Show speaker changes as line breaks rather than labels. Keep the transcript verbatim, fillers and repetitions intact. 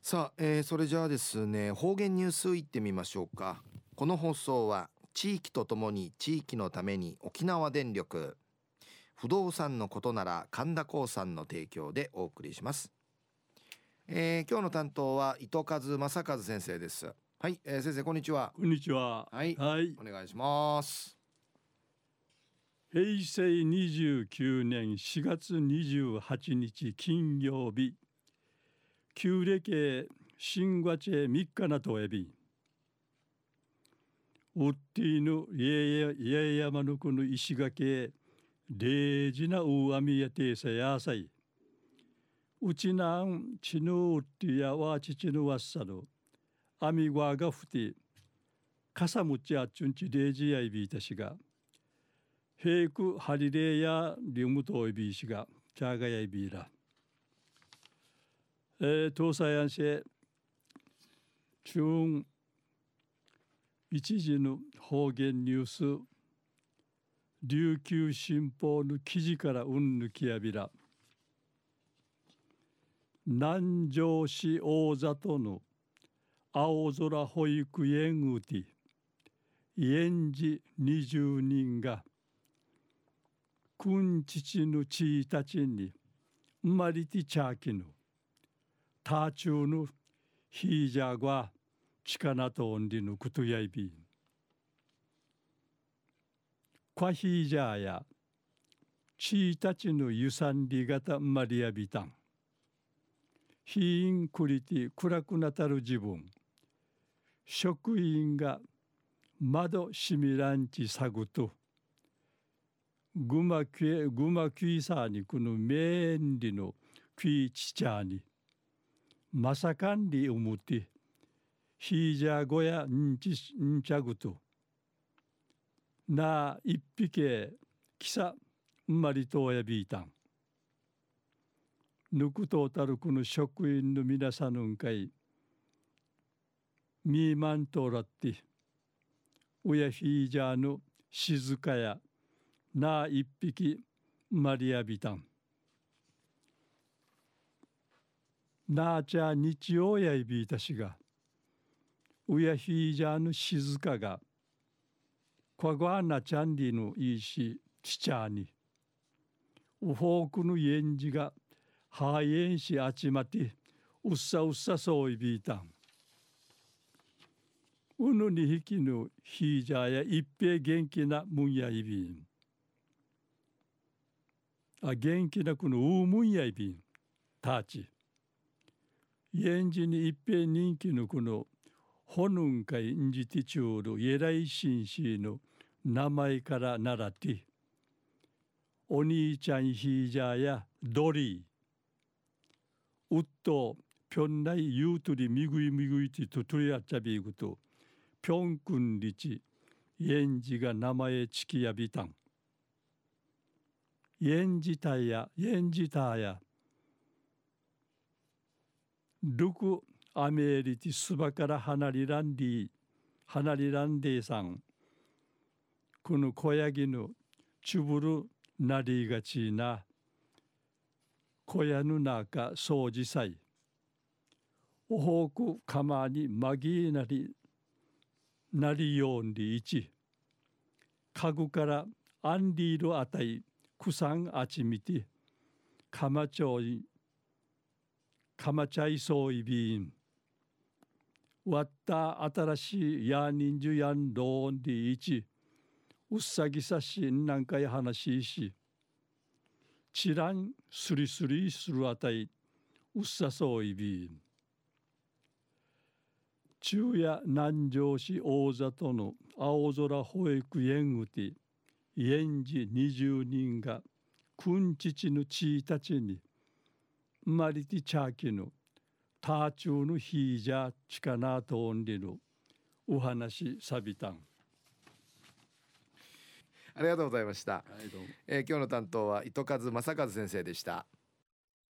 さあ、えーそれじゃあですね、方言ニュースいってみましょうか。この放送は地域とともに地域のために沖縄電力、不動産のことなら神田興産の提供でお送りします。えー今日の担当は糸数正和先生です。はい、えー先生こんにちは。
こんにちは。
はい、
はい。
お願いします。
平成にじゅうきゅうねんしがつにじゅうはちにち金曜日。旧暦新月みっかなとえび。ウッティヌ家山のこの石垣礼事な大網やてさやさい。うちなんちぬうってやわちちぬわっさの網わがふてかさむちあっちゅんち礼事やいびいたしが。平区ハリレーやリムトイビーシがチャーガヤイビーラ、えー、東西安市中一時の方言ニュース琉球新報の記事からうんぬきやびら、南城市大里の青空保育園うて園児にじゅうにんがくんちちのちいたちに生まれてちゃきぬたちゅうのひいじゃがちかなとおんりぬくとやいびkwaひいじゃやちいたちのゆさんりがた生まれやびたんひいんくりて暗くなたる自分職員が窓しみらんちさぐとぐまきえぐまきいさにくのめんりのきいちちゃにまさかんりうむてひいじゃごやんちんちゃぐとな一匹きさ生まれとおやびいたんぬくとたるくの職員の皆さんんかいみーまんとらってうやひいじゃの静かやな一匹マリアビタンなあちゃ日曜やいびいたしがうやひいじゃの静かがこごあなちゃんりのいいしちちゃにうほうくのえんじがはえんしあちまてうっさうっさそういびいたんうぬにひきのひいじゃや一平元気なむんやいびんあ元気なくのうむんやいびんたちえんじに一平人気のこのほぬんかいんじてちゅうるえらいしんしの名前からならてお兄ちゃんひいじゃやドリーうっとぴょんないゆうとりみぐいみぐいてととりあっちゃびぐとぴょんくんりちえんじが名前ちきやびたんえんじたやえんじたやルクアメリティスバから離れらんり離れらんでさんこの小ヤギのちゅぶるなりがちな小屋の中掃除さいおほくかまにまぎなりなりよんりいちかぐからアンリールあたいくさんあちみてかまちょいかまちゃいそういびんわった新しいやにんじゅやんろんりいちうっさぎさしんなんかい話しちらんすりすりするあたいうっさそういびん昼夜南城市大里の青空保育園うて園児にじゅうにんがくんちちのちいたちに生まれてちゃきのたちゅうのひいじゃちかなとおんりのお話さびたん。
ありがとうございました。
はいどうも。
えー今日の担当は糸数正和先生でした。